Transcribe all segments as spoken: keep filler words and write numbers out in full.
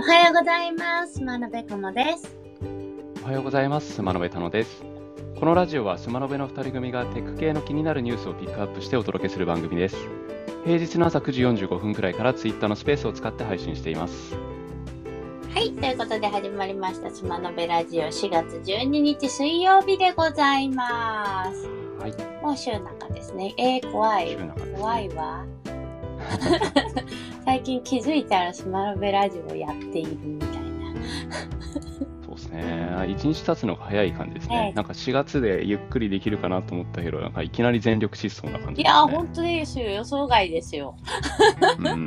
はようございます。真鍋かもです。 おはようございます。真鍋たのです。このラジオはスマノベのふたり組がテック系の気になるニュースをピックアップしてお届けする番組です。平日の朝くじよんじゅうごふんくらいからツイッターのスペースを使って配信しています。 はい、ということで始まりましたスマノベラジオしがつじゅうににち水曜日でございます。はい。もう週中ですね。えー、怖い。 週中ですね。 怖いわ。最近気づいたらスマノベラジオをやっているみたいな。 そうですね。一日経つのが早い感じですね。えー、なんかしがつでゆっくりできるかなと思ったけど、なんかいきなり全力疾走な感じですね。 いや、本当ですよ。予想外ですよ。 うんうん、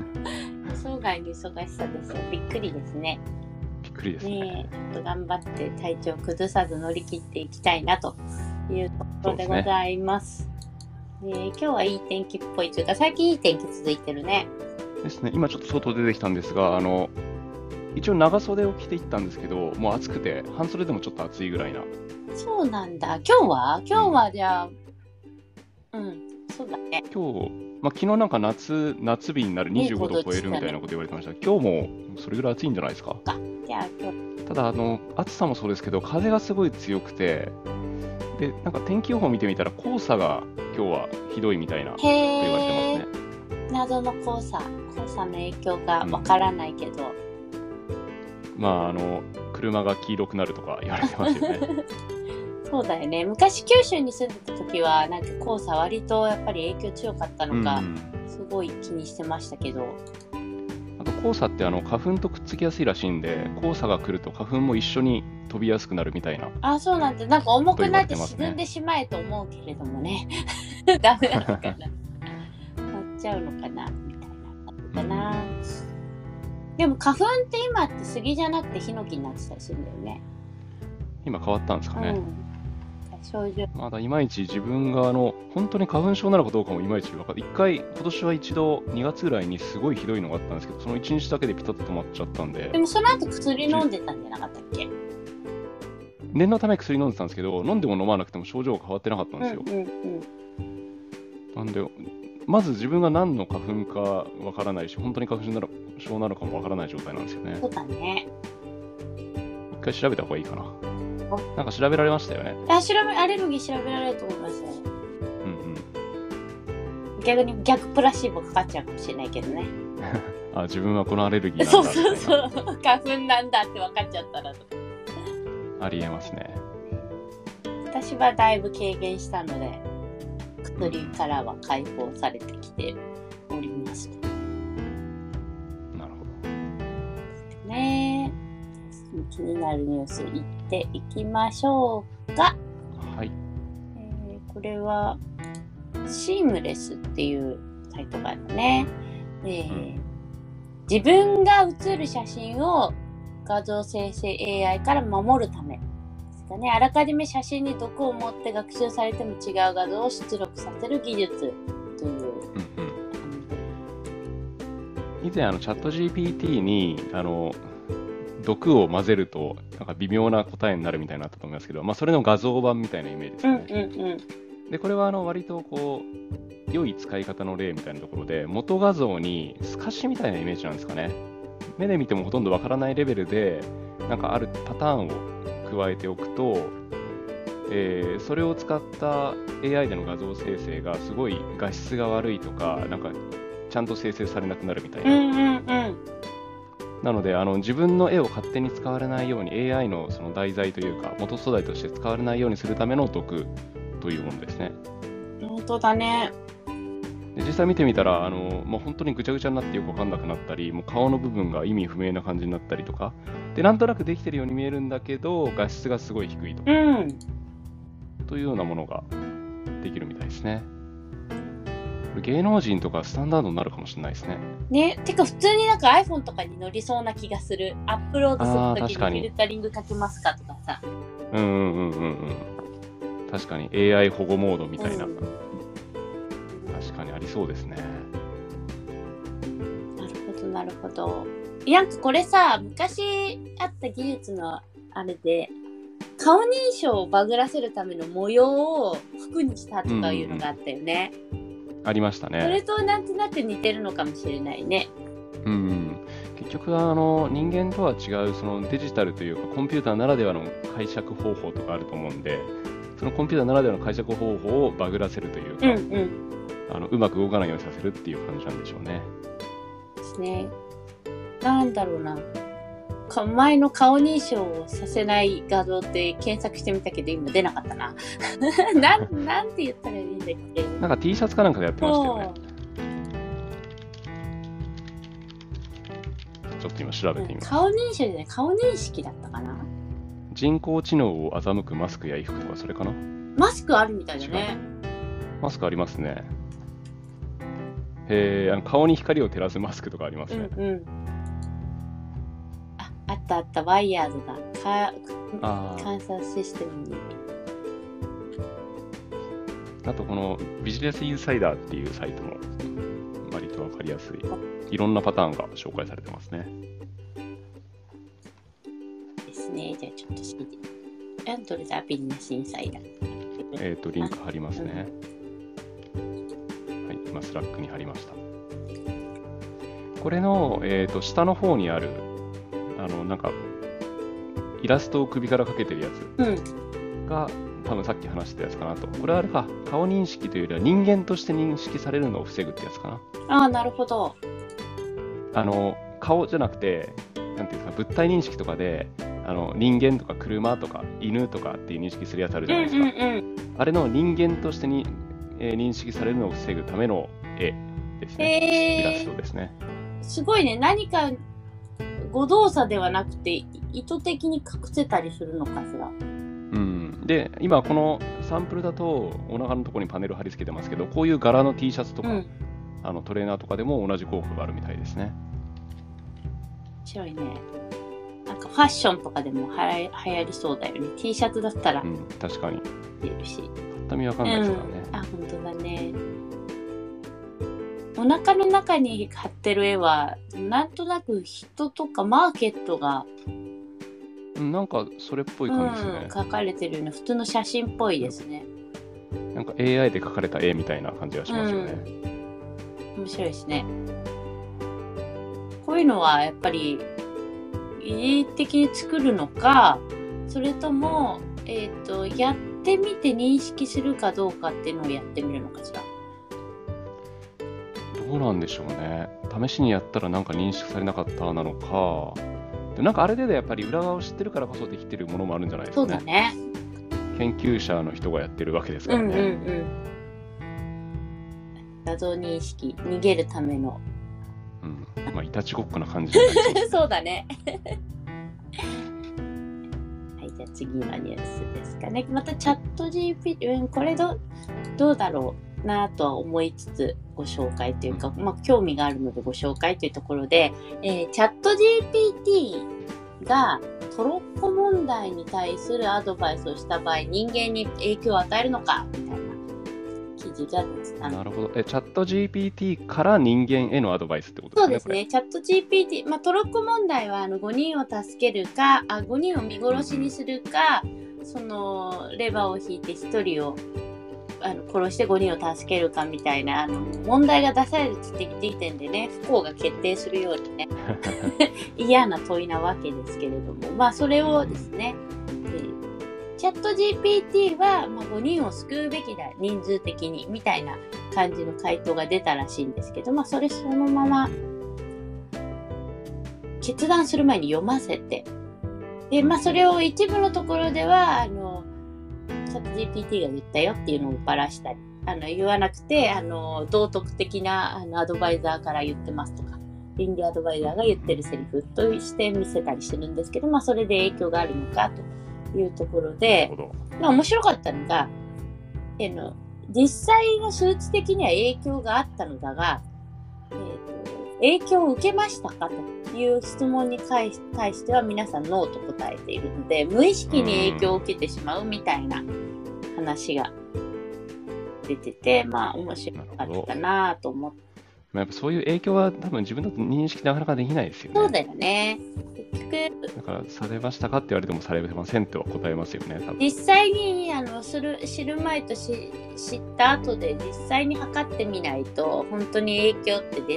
予想外の忙しさですよ。びっくりですね。 びっくりですね。 ねえ、ちょっと頑張って体調崩さず乗り切っていきたいなというところでございます。ねえ、今日はいい天気っぽいというか、最近いい天気続いてるね。 ですね。今ちょっと外出てきたんですが、あの一応長袖を着ていったんですけど、もう暑くて半袖でもちょっと暑いぐらいな。 そうなんだ。今日は今日はじゃあ、うん、うん、そうだね。 今日、まあ、昨日なんか夏夏日になるにじゅうごどを超えるみたいなこと言われてました。今日もそれぐらい暑いんじゃないですか。 じゃあ今日ただあの暑さもそうですけど、風がすごい強くて、でなんか天気予報見てみたら黄砂が今日はひどいみたいなと言われてますね。 謎の黄砂、黄砂の影響がわからないけど、 うん、まああの車が黄色くなるとか言われてますよね。 そうだよね。昔九州に住んでた時はなんか黄砂割とやっぱり影響強かったのか、うん、すごい気にしてましたけど。 あと黄砂ってあの花粉とくっつきやすいらしいんで、黄砂が来ると花粉も一緒に飛びやすくなるみたいな。 あ、そうなんだ。なんか重くなって沈んでしまえと思うけれどもね。ダメなのかな。なっちゃうのかなみたいな。かな、うん。でも花粉って今って杉じゃなくてヒノキになってたりするんだよね。 今変わったんですかね。 うん、症状まだいまいち自分があの本当に花粉症なのかどうかもいまいち分かって、一回今年は一度にがつぐらいにすごいひどいのがあったんですけど、そのいちにちだけでピタッと止まっちゃったんで。 でもその後薬飲んでたんじゃなかったっけ？ 念のため薬飲んでたんですけど、飲んでも飲まなくても症状が変わってなかったんですよ。 うんうんうん、 なんでまず自分が何の花粉かわからないし、本当に花粉症なのかもわからない状態なんですよね。 そうだね。 一回調べた方がいいかな。なんか調べられましたよね。 あ、調べアレルギー調べられると思いますよ。 うんうん。 逆に逆プラシーボかかっちゃうかもしれないけどね。 あ、自分はこのアレルギーなんだ。 そうそうそう。花粉なんだって分かっちゃったらと。 ありえますね。 私はだいぶ軽減したので、薬からは解放されてきております。 なるほど。 ねえ。気になるニュースいっていきましょうか。 はい。 えー、これはシームレスっていうサイトがあるね。えーうん、自分が写る写真を画像生成 エーアイ から守るためですかね。あらかじめ写真に毒を持って学習されても違う画像を出力させる技術という。うんうん、 以前あのチャット ジーピーティー にあの毒を混ぜるとなんか微妙な答えになるみたいになったと思いますけど、まあ、それの画像版みたいなイメージですね。 うんうんうん、 でこれはあの割とこう良い使い方の例みたいなところで、元画像に透かしみたいなイメージなんですかね。目で見てもほとんどわからないレベルでなんかあるパターンを加えておくと、えー、それを使った エーアイ での画像生成がすごい画質が悪いとか、なんかちゃんと生成されなくなるみたいな。 うんうんうん、なのであの自分の絵を勝手に使われないように エーアイ のその題材というか元素材として使われないようにするための毒というものですね。 本当だね。 で実際見てみたらあの、もう本当にぐちゃぐちゃになってよく分かんなくなったり、もう顔の部分が意味不明な感じになったりとかで、なんとなくできてるように見えるんだけど画質がすごい低いと、 うん、 というようなものができるみたいですね。芸能人とかスタンダードになるかもしれないですね。 ね、てか普通になんか iPhone とかに乗りそうな気がする。アップロードするときにフィルタリングかけますかとかさ。 うんうんうんうんうん。確かに エーアイ 保護モードみたいな、うん、確かにありそうですね。 なるほどなるほど。なんかこれさ、昔あった技術のあれで顔認証をバグらせるための模様を服にしたとかいうのがあったよね。 うんうん、ありましたね。 それとなんとなく似てるのかもしれないね。 うん、 結局あの人間とは違うそのデジタルというかコンピューターならではの解釈方法とかあると思うんで、そのコンピューターならではの解釈方法をバグらせるというか、 うんうん。 あのうまく動かないようにさせるっていう感じなんでしょうね。 ですね。なんだろうな。か前の顔認証をさせない画像って検索してみたけど今出なかったな。なん、なんて言ったらいいんだっけ。 なんか T シャツかなんかでやってましたよね。ちょっと今調べてみます。 顔認証じゃない、顔認識だったかな。 人工知能を欺くマスクや衣服とかそれかな。 マスクあるみたいだね。 マスクありますね。へえ、あの顔に光を照らすマスクとかありますね。 うんうん。あ、あったあった、ワイヤードがか観察システムに。 あとこのビジネスインサイダーっていうサイトも割とわかりやすい。いろんなパターンが紹介されてますね。 ですね。じゃあちょっと シーディー。どれだビジネスインサイダー。 えっと、リンク貼りますね。うん、はい、今スラックに貼りました。これの、えーと、下の方にある、あの、なんか、イラストを首からかけてるやつが、うん、多分さっき話したやつかなと。これはあれか、顔認識というよりは人間として認識されるのを防ぐってやつかな。 ああ、なるほど。あの、顔じゃなくて、なんていうんですか、物体認識とかで、あの人間とか車とか犬とかっていう認識するやつあるじゃないですか。うんうんうん、あれの人間としてに、えー、認識されるのを防ぐための絵ですね。イラストですね。 すごいね。何か誤動作ではなくて意図的に隠せたりするのかしら。 うん。で、今このサンプルだとお腹のところにパネル貼り付けてますけど、こういう柄の T シャツとか、うん、あのトレーナーとかでも同じ効果があるみたいですね。 面白いね。なんかファッションとかでもはや流行りそうだよね。T シャツだったら。 うん、確かに。 出るし。 ぱっと見わかんないですからね。 うん、あ、本当だね。お腹の中に貼ってる絵は、なんとなく人とかマーケットが、 うん、なんかそれっぽい感じですね。 うん、描かれてるような普通の写真っぽいですね。 なんか エーアイ で描かれた絵みたいな感じがしますよね。 うん、面白いですね。こういうのはやっぱり意識的に作るのか、それとも、えっと、やってみて認識するかどうかっていうのをやってみるのかしら。 どうなんでしょうね。試しにやったらなんか認識されなかったなのか。でなんかあれでやっぱり裏側を知ってるからこそできてるものもあるんじゃないですかね。 そうだね。 研究者の人がやってるわけですからね。 うんうんうん、画像認識、逃げるための。 うん。まあ、いたちごっこな感じになりそうです。 そうだね。はい、じゃあ次のニュースですかね。またチャット ジーピーティー、うん、これどどうだろうなとは思いつつご紹介というか、まあ、興味があるのでご紹介というところで、えー、チャット ジーピーティー がトロッコ問題に対するアドバイスをした場合、人間に影響を与えるのかみたいな記事が出てた。 なるほど。え、チャット ジーピーティー から人間へのアドバイスってことですね。 そうですね。チャット ジーピーティー、まあ、トロッコ問題はあのごにんを助けるか、あごにんを見殺しにするか、うん、そのレバーを引いてひとりをあの殺してごにんを助けるかみたいなあの問題が出される時点でね、不幸が決定するようにね嫌な問いなわけですけれども、まあそれをですね、えー、チャット ジーピーティー は、まあ、ごにんを救うべきだ、人数的にみたいな感じの回答が出たらしいんですけど、まあそれそのまま決断する前に読ませて、でまあそれを一部のところではあのチャット ジーピーティー が言ったよっていうのをばらしたり、あの言わなくてあの道徳的なあのアドバイザーから言ってますとか、倫理アドバイザーが言ってるセリフとして見せたりするんですけど、まあそれで影響があるのかというところで、まあ面白かったのが、えの実際の数値的には影響があったのだが、えーと、影響を受けましたかという質問に対しては皆さんノーと答えているので、無意識に影響を受けてしまうみたいな話が出てて、まあ面白かったなと思って。 やっぱそういう影響は多分自分だと認識なかなかできないですよね。 そうだよね。結局だからされましたかって言われてもされませんとは答えますよね。多分実際にあのする知る前とし知った後で実際に測ってみないと本当に影響って出ないんですよ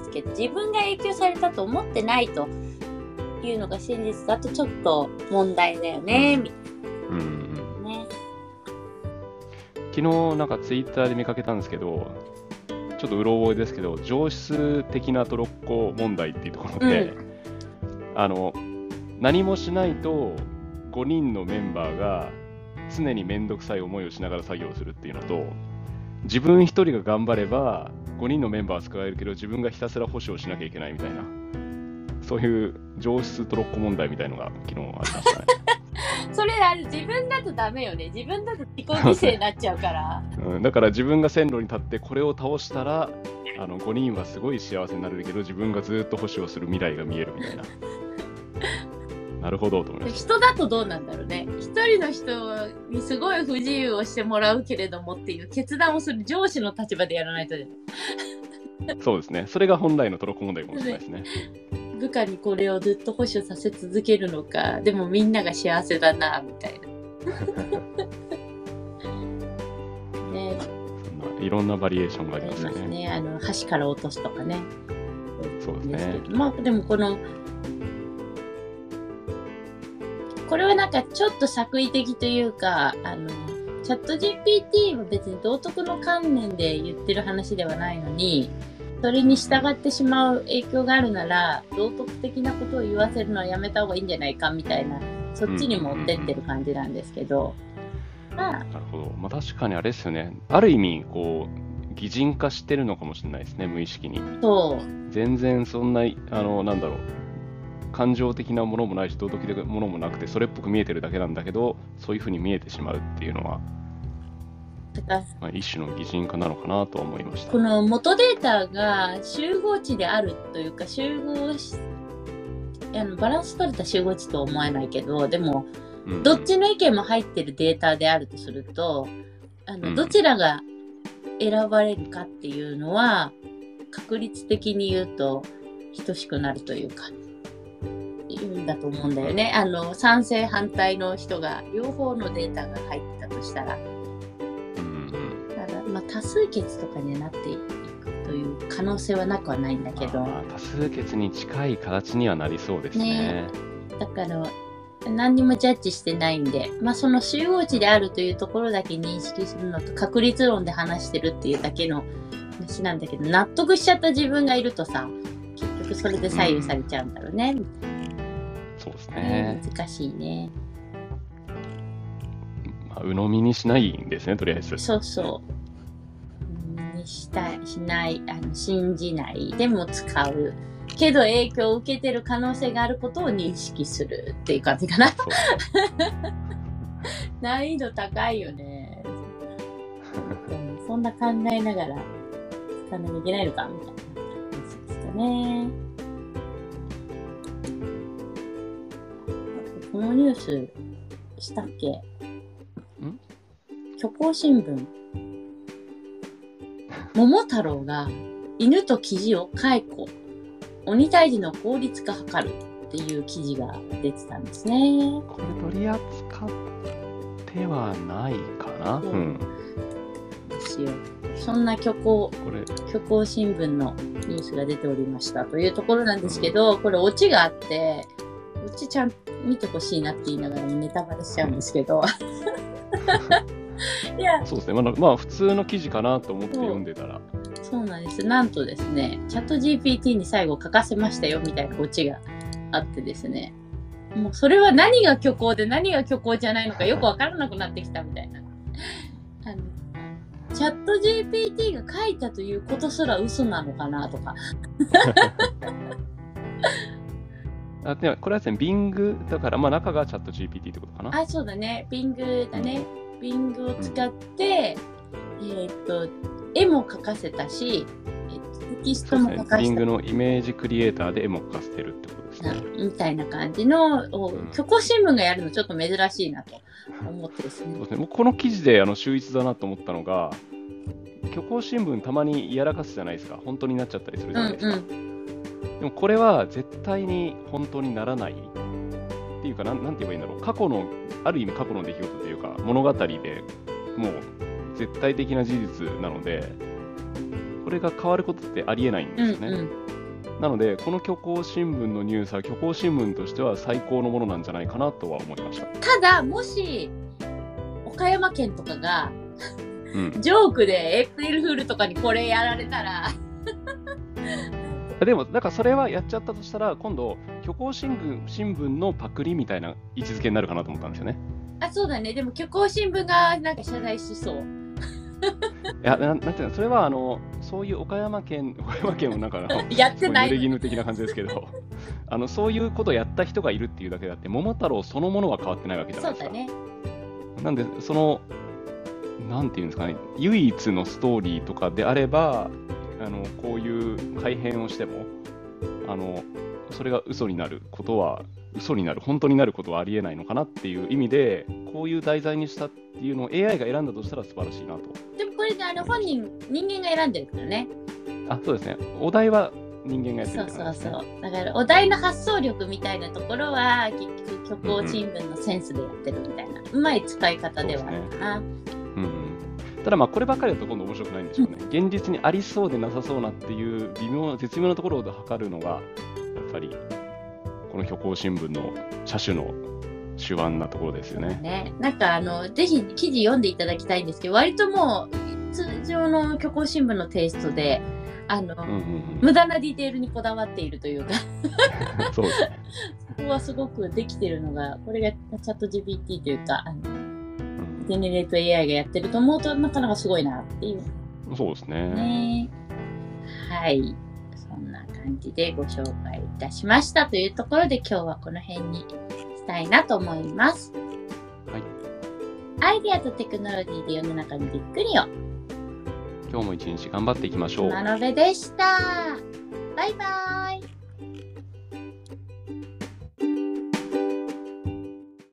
ですけど、自分が影響されたと思ってないというのが真実だとちょっと問題だよね、みたいうんうん、 なね。 昨日なんかツイッターで見かけたんですけど、ちょっとうろ覚えですけど、上質的なトロッコ問題っていうところで、うん、あの何もしないとごにんのメンバーが常に面倒くさい思いをしながら作業するっていうのと、自分一人が頑張ればごにんのメンバーは救われるけど自分がひたすら保守をしなきゃいけないみたいな、そういう上質トロッコ問題みたいのが昨日ありましたね。 それある、自分だとダメよね。自分だと自己犠牲になっちゃうから、 うん、だから自分が線路に立ってこれを倒したらあのごにんはすごい幸せになれるけど自分がずっと保守をする未来が見えるみたいな。なるほどと思います。 人だとどうなんだろうね。一人の人にすごい不自由をしてもらうけれどもっていう決断をする上司の立場でやらないとね。 そうですね。それが本来のトロッコ問題かもしれないですね。 部下にこれをずっと保守させ続けるのか、でもみんなが幸せだなみたいな。ね、 そんないろんなバリエーションがありますね。 ありますね。あの橋から落とすとかね。 そうですね。 まあでもこのこれはなんかちょっと作為的というか、あのチャット ジーピーティー は別に道徳の観念で言ってる話ではないのに、それに従ってしまう影響があるなら道徳的なことを言わせるのはやめた方がいいんじゃないかみたいな、そっちに持ってってる感じなんですけど、 うんうんうん、なるほど。まあ確かにあれですよね。ある意味こう擬人化してるのかもしれないですね、無意識に。 そう全然そんなあのなんだろう感情的なものもないし道徳的なものもなくてそれっぽく見えてるだけなんだけど、そういう風に見えてしまうっていうのはまあ、一種の擬人化なのかなと思いました。 この元データが集合値であるというか、集合しあのバランス取れた集合値とは思えないけど、でも、うん、どっちの意見も入ってるデータであるとすると、あの、うん、どちらが選ばれるかっていうのは確率的に言うと等しくなるというかいうんだと思うんだよね。あの賛成反対の人が両方のデータが入ってたとしたら、まあ、多数決とかになっていくという可能性はなくはないんだけど、 多数決に近い形にはなりそうです ね, ね。だから何にもジャッジしてないんで、まあ、その集合値であるというところだけ認識するのと確率論で話してるっていうだけの話なんだけど、納得しちゃった自分がいるとさ、結局それで左右されちゃうんだろうね、うん、 そうですね、 難しいね。 まあ、鵜呑みにしないんですね、とりあえず。 そうそうにしたいしないあの信じないでも使うけど影響を受けてる可能性があることを認識するっていう感じかな。難易度高いよね。そんな考えながら使わなきゃいけないのかみたいな話ですかね。このニュースしたっけ？ん？虚構新聞。桃太郎が犬とキジを解雇、鬼退治の効率化図るっていう記事が出てたんですね。 これ取り扱ってはないかな。うん。 ですよ。そんな虚構虚構新聞のニュースが出ておりましたというところなんですけど、うん、これオチがあって、オチちゃん見てほしいなって言いながらネタバレしちゃうんですけど。いやそうですね、まあ、まあ普通の記事かなと思って読んでたらそう、そうなんです。なんとですね、チャット ジーピーティー に最後書かせましたよみたいなオチがあってですね、もうそれは何が虚構で何が虚構じゃないのかよくわからなくなってきたみたいな。あのチャット ジーピーティー が書いたということすら嘘なのかなとか。 あでこれはですね、Bing だから、まあ、中がチャット ジーピーティー ってことかな。 あ、そうだね。Bing だね。Bing を使って、うん、えっと、絵も描かせたし、えっと、テキストも描かせた。 Bing のイメージクリエイターで絵も描かせてるってことですね。 みたいな感じの、うん、虚構新聞がやるのちょっと珍しいなと思ってですね。 そうですね。この記事であの秀逸だなと思ったのが、虚構新聞たまにやらかすじゃないですか。本当になっちゃったりするじゃないですか。うんうん、でもこれは絶対に本当にならないっていうか、なん、なんて言えばいいんだろう。過去の、ある意味過去の出来事というか、物語でもう絶対的な事実なので、これが変わることってありえないんですね。うんうん、 なので、この虚構新聞のニュースは虚構新聞としては最高のものなんじゃないかなとは思いました。 ただ、もし、岡山県とかが、 うん、 ジョークでエイプリルフールとかにこれやられたらでも、だからそれはやっちゃったとしたら、今度、虚構新聞、新聞のパクリみたいな位置づけになるかなと思ったんですよね。 あ、そうだね。でも虚構新聞がなんか謝罪しそう。いや、な, なんていうの、それはあのそういう岡山県、岡山県をなんかやってない。 濡れ衣的な感じですけど、あのそういうことをやった人がいるっていうだけであって、桃太郎そのものは変わってないわけじゃないですか。 そうだね。 なんで、その、なんていうんですかね、唯一のストーリーとかであれば、あのこういう改変をしても、あのそれが嘘になることは、嘘になる、本当になることはありえないのかなっていう意味で、こういう題材にしたっていうのを エーアイ が選んだとしたら素晴らしいなと。 でもこれであの本人、人間が選んでるからね。 あ、そうですね。お題は人間がやってる、ね、 そうそうそう。だからお題の発想力みたいなところは結局虚構新聞のセンスでやってるみたいな、うんうん、うまい使い方ではあるかな。う、ね、 うんうん。ただまあこればっかりだと今度面白くないんでしょうね。現実にありそうでなさそうなっていう微妙な絶妙なところで測るのがやっぱりこの虚構新聞の車種の手腕なところですよね。 ね、なんかあのぜひ記事読んでいただきたいんですけど、割ともう通常の虚構新聞のテイストであの、うんうんうん、無駄なディテールにこだわっているというかそうですね。 そこはすごくできてるのが、これがチャット ジーピーティー というかあの、うん、ジェネレート エーアイ がやってると思うとなかなかすごいなっていう。 そうですね。 ね、はい。そんな感じでご紹介いたしましたというところで、今日はこの辺にしたいなと思います。 はい。 アイデアとテクノロジーで世の中にびっくりを。 今日も一日頑張っていきましょう。 まのべでした。バイバイ。